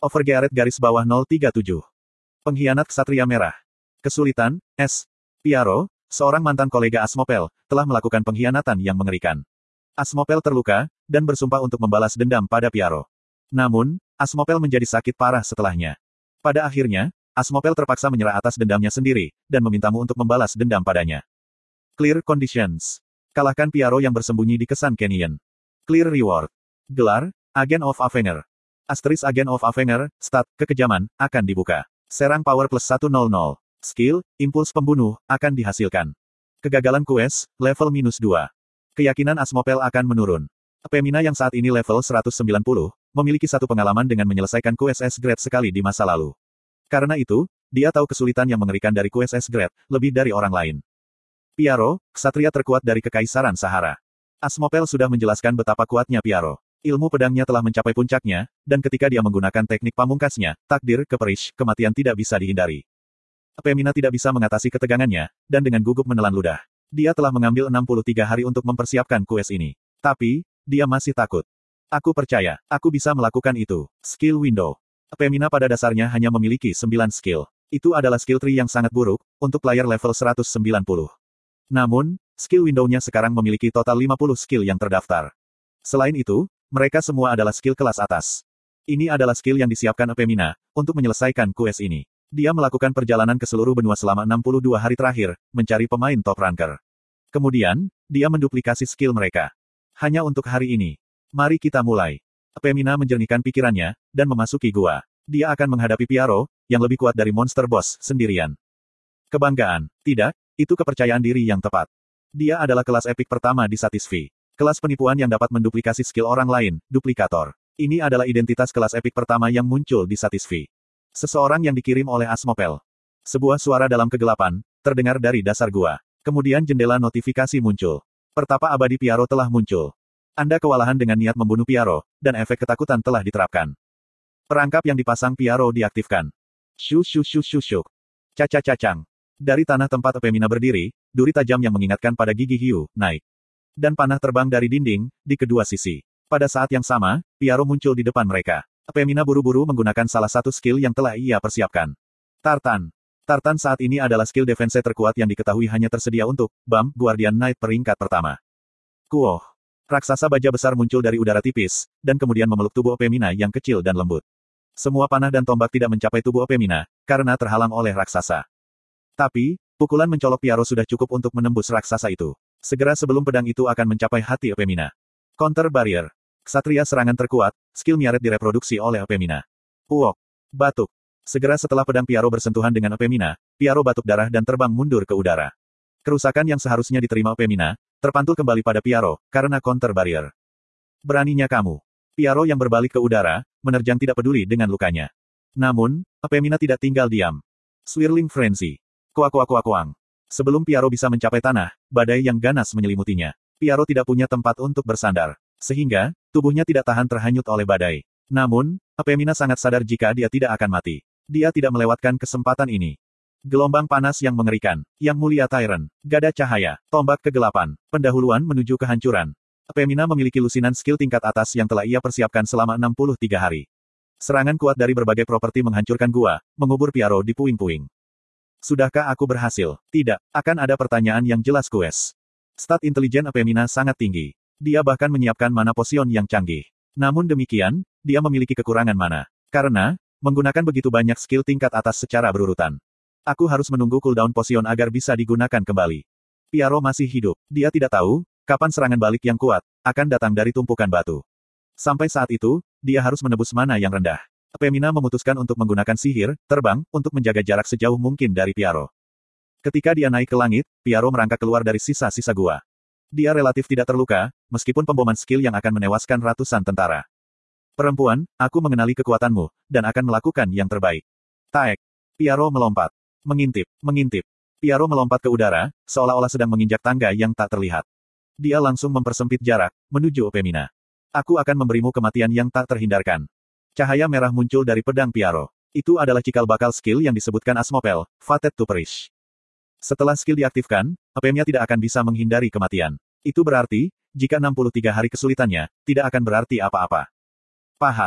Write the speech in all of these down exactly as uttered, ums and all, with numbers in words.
Overgearet garis bawah nol tiga tujuh. Pengkhianat Ksatria Merah. Kesulitan, S. Piaro, seorang mantan kolega Asmopel, telah melakukan pengkhianatan yang mengerikan. Asmopel terluka, dan bersumpah untuk membalas dendam pada Piaro. Namun, Asmopel menjadi sakit parah setelahnya. Pada akhirnya, Asmopel terpaksa menyerah atas dendamnya sendiri, dan memintamu untuk membalas dendam padanya. Clear Conditions. Kalahkan Piaro yang bersembunyi di Kesan Canyon. Clear Reward. Gelar, Agent of Avenger. Asterisk Agent of Avenger, stat, kekejaman, akan dibuka. Serang power plus seratus. Skill, impuls pembunuh, akan dihasilkan. Kegagalan quest, level minus dua. Keyakinan Asmopel akan menurun. Apemina yang saat ini level seratus sembilan puluh, memiliki satu pengalaman dengan menyelesaikan quest S-grade sekali di masa lalu. Karena itu, dia tahu kesulitan yang mengerikan dari quest S-grade, lebih dari orang lain. Piaro, ksatria terkuat dari Kekaisaran Sahara. Asmopel sudah menjelaskan betapa kuatnya Piaro. Ilmu pedangnya telah mencapai puncaknya, dan ketika dia menggunakan teknik pamungkasnya, takdir, keperish, kematian tidak bisa dihindari. Apemina tidak bisa mengatasi ketegangannya, dan dengan gugup menelan ludah. Dia telah mengambil enam puluh tiga hari untuk mempersiapkan quest ini. Tapi, dia masih takut. Aku percaya, aku bisa melakukan itu. Skill Window. Apemina pada dasarnya hanya memiliki sembilan skill. Itu adalah skill tree yang sangat buruk, untuk player level seratus sembilan puluh. Namun, skill window-nya sekarang memiliki total lima puluh skill yang terdaftar. Selain itu, mereka semua adalah skill kelas atas. Ini adalah skill yang disiapkan Apemina, untuk menyelesaikan quest ini. Dia melakukan perjalanan ke seluruh benua selama enam puluh dua hari terakhir, mencari pemain top ranker. Kemudian, dia menduplikasi skill mereka. Hanya untuk hari ini. Mari kita mulai. Apemina menjernihkan pikirannya, dan memasuki gua. Dia akan menghadapi Piaro, yang lebih kuat dari monster boss, sendirian. Kebanggaan. Tidak, itu kepercayaan diri yang tepat. Dia adalah kelas epik pertama di Satisfy. Kelas penipuan yang dapat menduplikasi skill orang lain, duplikator. Ini adalah identitas kelas epik pertama yang muncul di Satisfy. Seseorang yang dikirim oleh Asmopel. Sebuah suara dalam kegelapan, terdengar dari dasar gua. Kemudian jendela notifikasi muncul. Pertapa abadi Piaro telah muncul. Anda kewalahan dengan niat membunuh Piaro, dan efek ketakutan telah diterapkan. Perangkap yang dipasang Piaro diaktifkan. Shu shu shu shu shu. Caca-cacang. Dari tanah tempat Apemina berdiri, duri tajam yang mengingatkan pada gigi hiu, naik. Dan panah terbang dari dinding, di kedua sisi. Pada saat yang sama, Piaro muncul di depan mereka. Apemina buru-buru menggunakan salah satu skill yang telah ia persiapkan. Tartan. Tartan saat ini adalah skill defense terkuat yang diketahui hanya tersedia untuk Bam Guardian Knight peringkat pertama. Kuoh. Raksasa baja besar muncul dari udara tipis, dan kemudian memeluk tubuh Apemina yang kecil dan lembut. Semua panah dan tombak tidak mencapai tubuh Apemina, karena terhalang oleh raksasa. Tapi, pukulan mencolok Piaro sudah cukup untuk menembus raksasa itu. Segera sebelum pedang itu akan mencapai hati Apemina. Counter Barrier. Ksatria serangan terkuat, skill Miaret direproduksi oleh Apemina. Uok. Batuk. Segera setelah pedang Piaro bersentuhan dengan Apemina, Piaro batuk darah dan terbang mundur ke udara. Kerusakan yang seharusnya diterima Apemina, terpantul kembali pada Piaro, karena counter barrier. Beraninya kamu. Piaro yang berbalik ke udara, menerjang tidak peduli dengan lukanya. Namun, Apemina tidak tinggal diam. Swirling Frenzy. Kuak-kuak-kuak-kuang. Sebelum Piaro bisa mencapai tanah, badai yang ganas menyelimutinya. Piaro tidak punya tempat untuk bersandar. Sehingga, tubuhnya tidak tahan terhanyut oleh badai. Namun, Apemina sangat sadar jika dia tidak akan mati. Dia tidak melewatkan kesempatan ini. Gelombang panas yang mengerikan, yang mulia Tyrant, gada cahaya, tombak kegelapan, pendahuluan menuju kehancuran. Apemina memiliki lusinan skill tingkat atas yang telah ia persiapkan selama enam puluh tiga hari. Serangan kuat dari berbagai properti menghancurkan gua, mengubur Piaro di puing-puing. Sudahkah aku berhasil? Tidak, akan ada pertanyaan yang jelas quest. Stat intelijen Apemina sangat tinggi. Dia bahkan menyiapkan mana potion yang canggih. Namun demikian, dia memiliki kekurangan mana. Karena, menggunakan begitu banyak skill tingkat atas secara berurutan. Aku harus menunggu cooldown potion agar bisa digunakan kembali. Piaro masih hidup. Dia tidak tahu, kapan serangan balik yang kuat, akan datang dari tumpukan batu. Sampai saat itu, dia harus menebus mana yang rendah. Apemina memutuskan untuk menggunakan sihir, terbang, untuk menjaga jarak sejauh mungkin dari Piaro. Ketika dia naik ke langit, Piaro merangkak keluar dari sisa-sisa gua. Dia relatif tidak terluka, meskipun pemboman skill yang akan menewaskan ratusan tentara. Perempuan, aku mengenali kekuatanmu, dan akan melakukan yang terbaik. Taek. Piaro melompat. Mengintip, mengintip. Piaro melompat ke udara, seolah-olah sedang menginjak tangga yang tak terlihat. Dia langsung mempersempit jarak, menuju Apemina. Aku akan memberimu kematian yang tak terhindarkan. Cahaya merah muncul dari pedang Piaro. Itu adalah cikal bakal skill yang disebutkan Asmopel, Fated to Perish. Setelah skill diaktifkan, Apemina tidak akan bisa menghindari kematian. Itu berarti, jika enam puluh tiga hari kesulitannya, tidak akan berarti apa-apa. Pahat.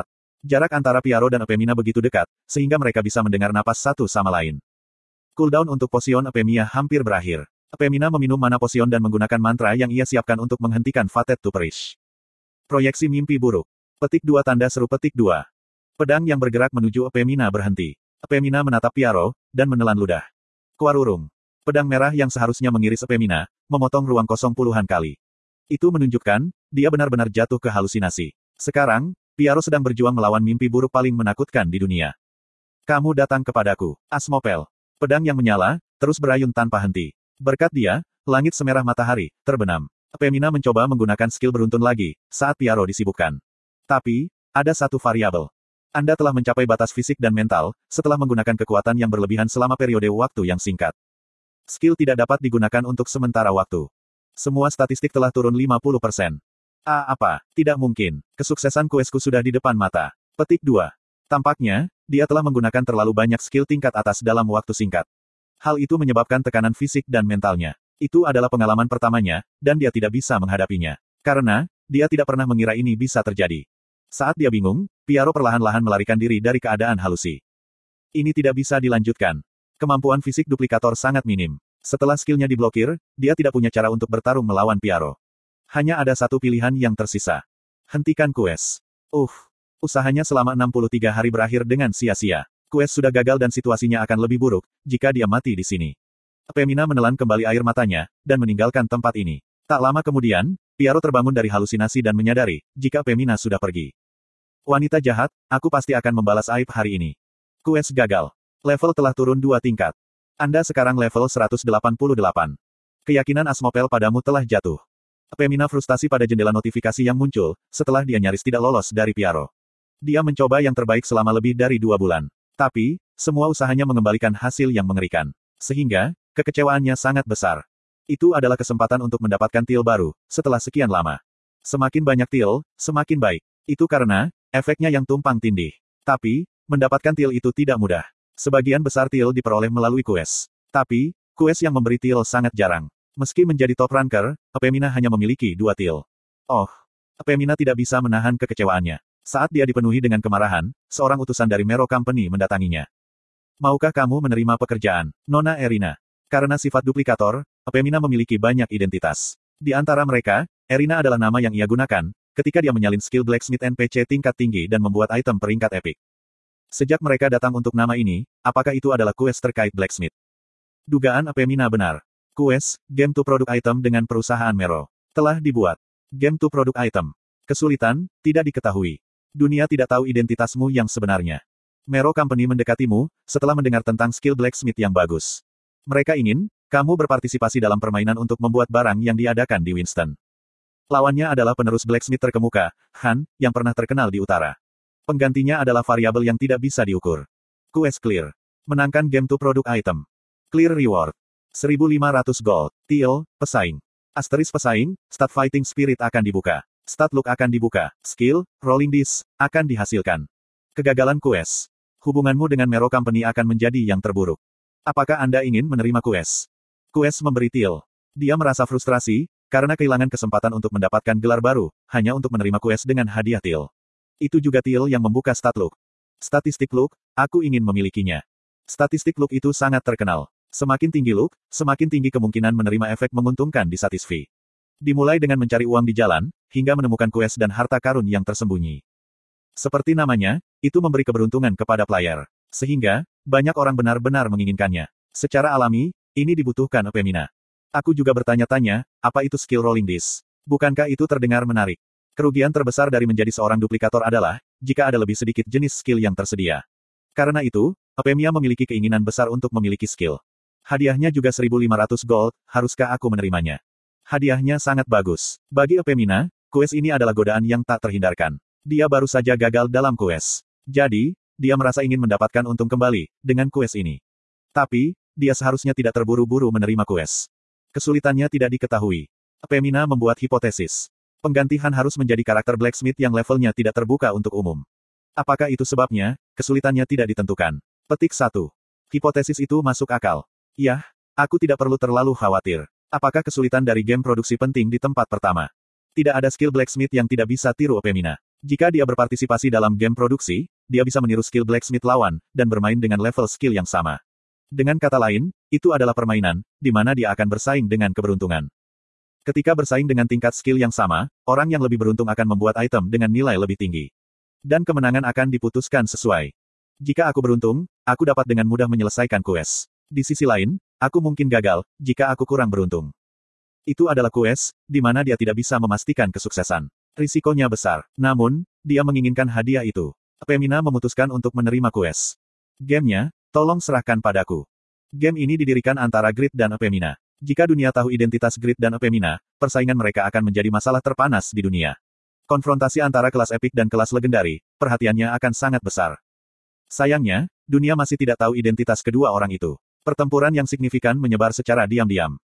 Jarak antara Piaro dan Epemina begitu dekat, sehingga mereka bisa mendengar napas satu sama lain. Cooldown untuk posion Epemia hampir berakhir. Epemina meminum mana posion dan menggunakan mantra yang ia siapkan untuk menghentikan Fated to Perish. Proyeksi mimpi buruk. Petik dua tanda seru petik dua. Pedang yang bergerak menuju Epemina berhenti. Epemina menatap Piaro, dan menelan ludah. Kuarurung. Pedang merah yang seharusnya mengiris Epemina, memotong ruang kosong puluhan kali. Itu menunjukkan, dia benar-benar jatuh ke halusinasi. Sekarang, Piaro sedang berjuang melawan mimpi buruk paling menakutkan di dunia. Kamu datang kepadaku, Asmopel. Pedang yang menyala, terus berayun tanpa henti. Berkat dia, langit semerah matahari, terbenam. Epemina mencoba menggunakan skill beruntun lagi, saat Piaro disibukkan. Tapi, ada satu variabel. Anda telah mencapai batas fisik dan mental, setelah menggunakan kekuatan yang berlebihan selama periode waktu yang singkat. Skill tidak dapat digunakan untuk sementara waktu. Semua statistik telah turun lima puluh persen. Ah apa, tidak mungkin. Kesuksesan questku sudah di depan mata. Petik dua. Tampaknya, dia telah menggunakan terlalu banyak skill tingkat atas dalam waktu singkat. Hal itu menyebabkan tekanan fisik dan mentalnya. Itu adalah pengalaman pertamanya, dan dia tidak bisa menghadapinya. Karena, dia tidak pernah mengira ini bisa terjadi. Saat dia bingung, Piaro perlahan-lahan melarikan diri dari keadaan halusi. Ini tidak bisa dilanjutkan. Kemampuan fisik duplikator sangat minim. Setelah skillnya diblokir, dia tidak punya cara untuk bertarung melawan Piaro. Hanya ada satu pilihan yang tersisa. Hentikan quest. Uff. Usahanya selama enam puluh tiga hari berakhir dengan sia-sia. Quest sudah gagal dan situasinya akan lebih buruk, jika dia mati di sini. Epemina menelan kembali air matanya, dan meninggalkan tempat ini. Tak lama kemudian, Piaro terbangun dari halusinasi dan menyadari, jika Epemina sudah pergi. Wanita jahat, aku pasti akan membalas aib hari ini. Quest gagal. Level telah turun dua tingkat. Anda sekarang level seratus delapan puluh delapan. Keyakinan Asmopel padamu telah jatuh. Epemina frustasi pada jendela notifikasi yang muncul, setelah dia nyaris tidak lolos dari Piaro. Dia mencoba yang terbaik selama lebih dari dua bulan. Tapi, semua usahanya mengembalikan hasil yang mengerikan. Sehingga, kekecewaannya sangat besar. Itu adalah kesempatan untuk mendapatkan til baru, setelah sekian lama. Semakin banyak til, semakin baik. Itu karena, efeknya yang tumpang tindih. Tapi, mendapatkan til itu tidak mudah. Sebagian besar til diperoleh melalui quest. Tapi, quest yang memberi til sangat jarang. Meski menjadi top ranker, Epemina hanya memiliki dua til. Oh, Epemina tidak bisa menahan kekecewaannya. Saat dia dipenuhi dengan kemarahan, seorang utusan dari Mero Company mendatanginya. Maukah kamu menerima pekerjaan, Nona Erina? Karena sifat duplikator, Epemina memiliki banyak identitas. Di antara mereka, Erina adalah nama yang ia gunakan, ketika dia menyalin skill Blacksmith N P C tingkat tinggi dan membuat item peringkat epic. Sejak mereka datang untuk nama ini, apakah itu adalah quest terkait Blacksmith? Dugaan Epemina benar. Quest, Game to Product Item dengan perusahaan Mero. Telah dibuat. Game to Product Item. Kesulitan, tidak diketahui. Dunia tidak tahu identitasmu yang sebenarnya. Mero Company mendekatimu, setelah mendengar tentang skill Blacksmith yang bagus. Mereka ingin, kamu berpartisipasi dalam permainan untuk membuat barang yang diadakan di Winston. Lawannya adalah penerus Blacksmith terkemuka, Han, yang pernah terkenal di utara. Penggantinya adalah variabel yang tidak bisa diukur. Quest clear. Menangkan Game to Product Item. Clear reward. seribu lima ratus gold. Til, pesaing. Asteris pesaing, stat fighting spirit akan dibuka. Stat look akan dibuka. Skill, rolling dice, akan dihasilkan. Kegagalan quest. Hubunganmu dengan Mero Company akan menjadi yang terburuk. Apakah Anda ingin menerima quest? Quest memberi til. Dia merasa frustrasi, karena kehilangan kesempatan untuk mendapatkan gelar baru, hanya untuk menerima quest dengan hadiah til. Itu juga til yang membuka stat look. Statistik look, aku ingin memilikinya. Statistik look itu sangat terkenal. Semakin tinggi look, semakin tinggi kemungkinan menerima efek menguntungkan di Satisfy. Dimulai dengan mencari uang di jalan, hingga menemukan quest dan harta karun yang tersembunyi. Seperti namanya, itu memberi keberuntungan kepada player. Sehingga, banyak orang benar-benar menginginkannya. Secara alami, ini dibutuhkan Epemina. Aku juga bertanya-tanya, apa itu skill rolling dice? Bukankah itu terdengar menarik? Kerugian terbesar dari menjadi seorang duplikator adalah, jika ada lebih sedikit jenis skill yang tersedia. Karena itu, Epemia memiliki keinginan besar untuk memiliki skill. Hadiahnya juga seribu lima ratus gold, haruskah aku menerimanya? Hadiahnya sangat bagus. Bagi Epemina, quest ini adalah godaan yang tak terhindarkan. Dia baru saja gagal dalam quest. Jadi, dia merasa ingin mendapatkan untung kembali, dengan quest ini. Tapi, dia seharusnya tidak terburu-buru menerima quest. Kesulitannya tidak diketahui. Epemina membuat hipotesis. Pengganti Han harus menjadi karakter Blacksmith yang levelnya tidak terbuka untuk umum. Apakah itu sebabnya, kesulitannya tidak ditentukan? Petik satu. Hipotesis itu masuk akal. Yah, aku tidak perlu terlalu khawatir. Apakah kesulitan dari game produksi penting di tempat pertama? Tidak ada skill Blacksmith yang tidak bisa tiru Epemina. Jika dia berpartisipasi dalam game produksi, dia bisa meniru skill blacksmith lawan, dan bermain dengan level skill yang sama. Dengan kata lain, itu adalah permainan, di mana dia akan bersaing dengan keberuntungan. Ketika bersaing dengan tingkat skill yang sama, orang yang lebih beruntung akan membuat item dengan nilai lebih tinggi. Dan kemenangan akan diputuskan sesuai. Jika aku beruntung, aku dapat dengan mudah menyelesaikan quest. Di sisi lain, aku mungkin gagal, jika aku kurang beruntung. Itu adalah quest, di mana dia tidak bisa memastikan kesuksesan. Risikonya besar. Namun, dia menginginkan hadiah itu. Apemina memutuskan untuk menerima quest. Gamenya, tolong serahkan padaku. Game ini didirikan antara Grid dan Apemina. Jika dunia tahu identitas Grid dan Apemina, persaingan mereka akan menjadi masalah terpanas di dunia. Konfrontasi antara kelas epik dan kelas legendari, perhatiannya akan sangat besar. Sayangnya, dunia masih tidak tahu identitas kedua orang itu. Pertempuran yang signifikan menyebar secara diam-diam.